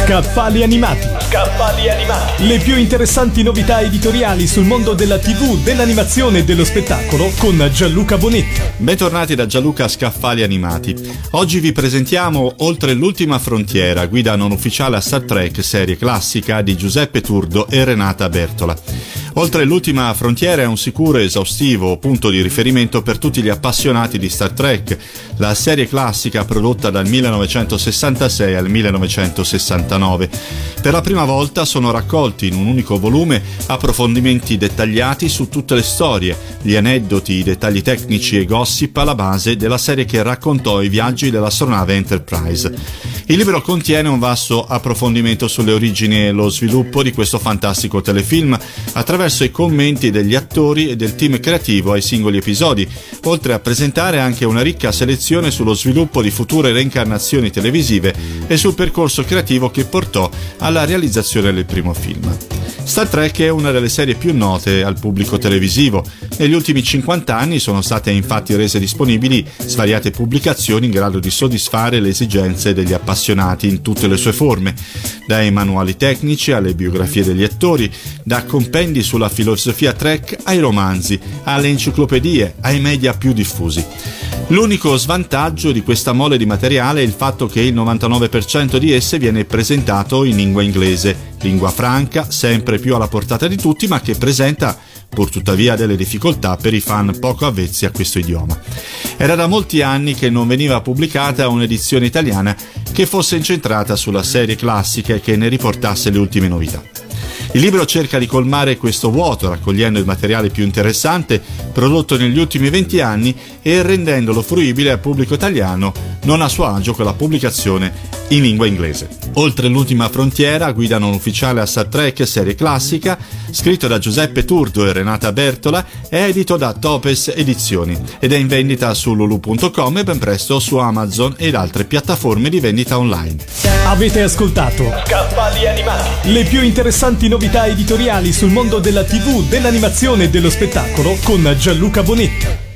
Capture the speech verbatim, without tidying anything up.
Scaffali animati. Scaffali animati. Le più interessanti novità editoriali sul mondo della tivù, dell'animazione e dello spettacolo con Gianluca Bonetti. Bentornati da Gianluca Scaffali animati. Oggi vi presentiamo Oltre l'ultima frontiera, guida non ufficiale a Star Trek, serie classica di Giuseppe Turdo e Renata Bertola. Oltre l'ultima frontiera è un sicuro e esaustivo punto di riferimento per tutti gli appassionati di Star Trek, la serie classica prodotta dal millenovecentosessantasei al millenovecentosessantanove. Per la prima volta sono raccolti in un unico volume approfondimenti dettagliati su tutte le storie, gli aneddoti, i dettagli tecnici e gossip alla base della serie che raccontò i viaggi dell'astronave Enterprise. Il libro contiene un vasto approfondimento sulle origini e lo sviluppo di questo fantastico telefilm attraverso i commenti degli attori e del team creativo ai singoli episodi, oltre a presentare anche una ricca selezione sullo sviluppo di future reincarnazioni televisive e sul percorso creativo che portò alla realizzazione del primo film. Star Trek è una delle serie più note al pubblico televisivo. Negli ultimi cinquanta anni sono state infatti rese disponibili svariate pubblicazioni in grado di soddisfare le esigenze degli appassionati in tutte le sue forme, dai manuali tecnici alle biografie degli attori, da compendi sulla filosofia Trek ai romanzi, alle enciclopedie, ai media più diffusi. L'unico svantaggio di questa mole di materiale è il fatto che il novantanove per cento di esse viene presentato in lingua inglese, lingua franca, sempre più alla portata di tutti, ma che presenta pur tuttavia delle difficoltà per i fan poco avvezzi a questo idioma. Era da molti anni che non veniva pubblicata un'edizione italiana che fosse incentrata sulla serie classica e che ne riportasse le ultime novità. Il libro cerca di colmare questo vuoto, raccogliendo il materiale più interessante prodotto negli ultimi venti anni e rendendolo fruibile al pubblico italiano non a suo agio con la pubblicazione in lingua inglese. Oltre l'ultima frontiera, guida non ufficiale a Star Trek, serie classica, scritto da Giuseppe Turdo e Renata Bertola, è edito da Topes Edizioni ed è in vendita su lulu punto com e ben presto su Amazon ed altre piattaforme di vendita online. Avete ascoltato Scaffali animati. le più interessanti novità editoriali sul mondo della tivù, dell'animazione e dello spettacolo con Gianluca Bonetti.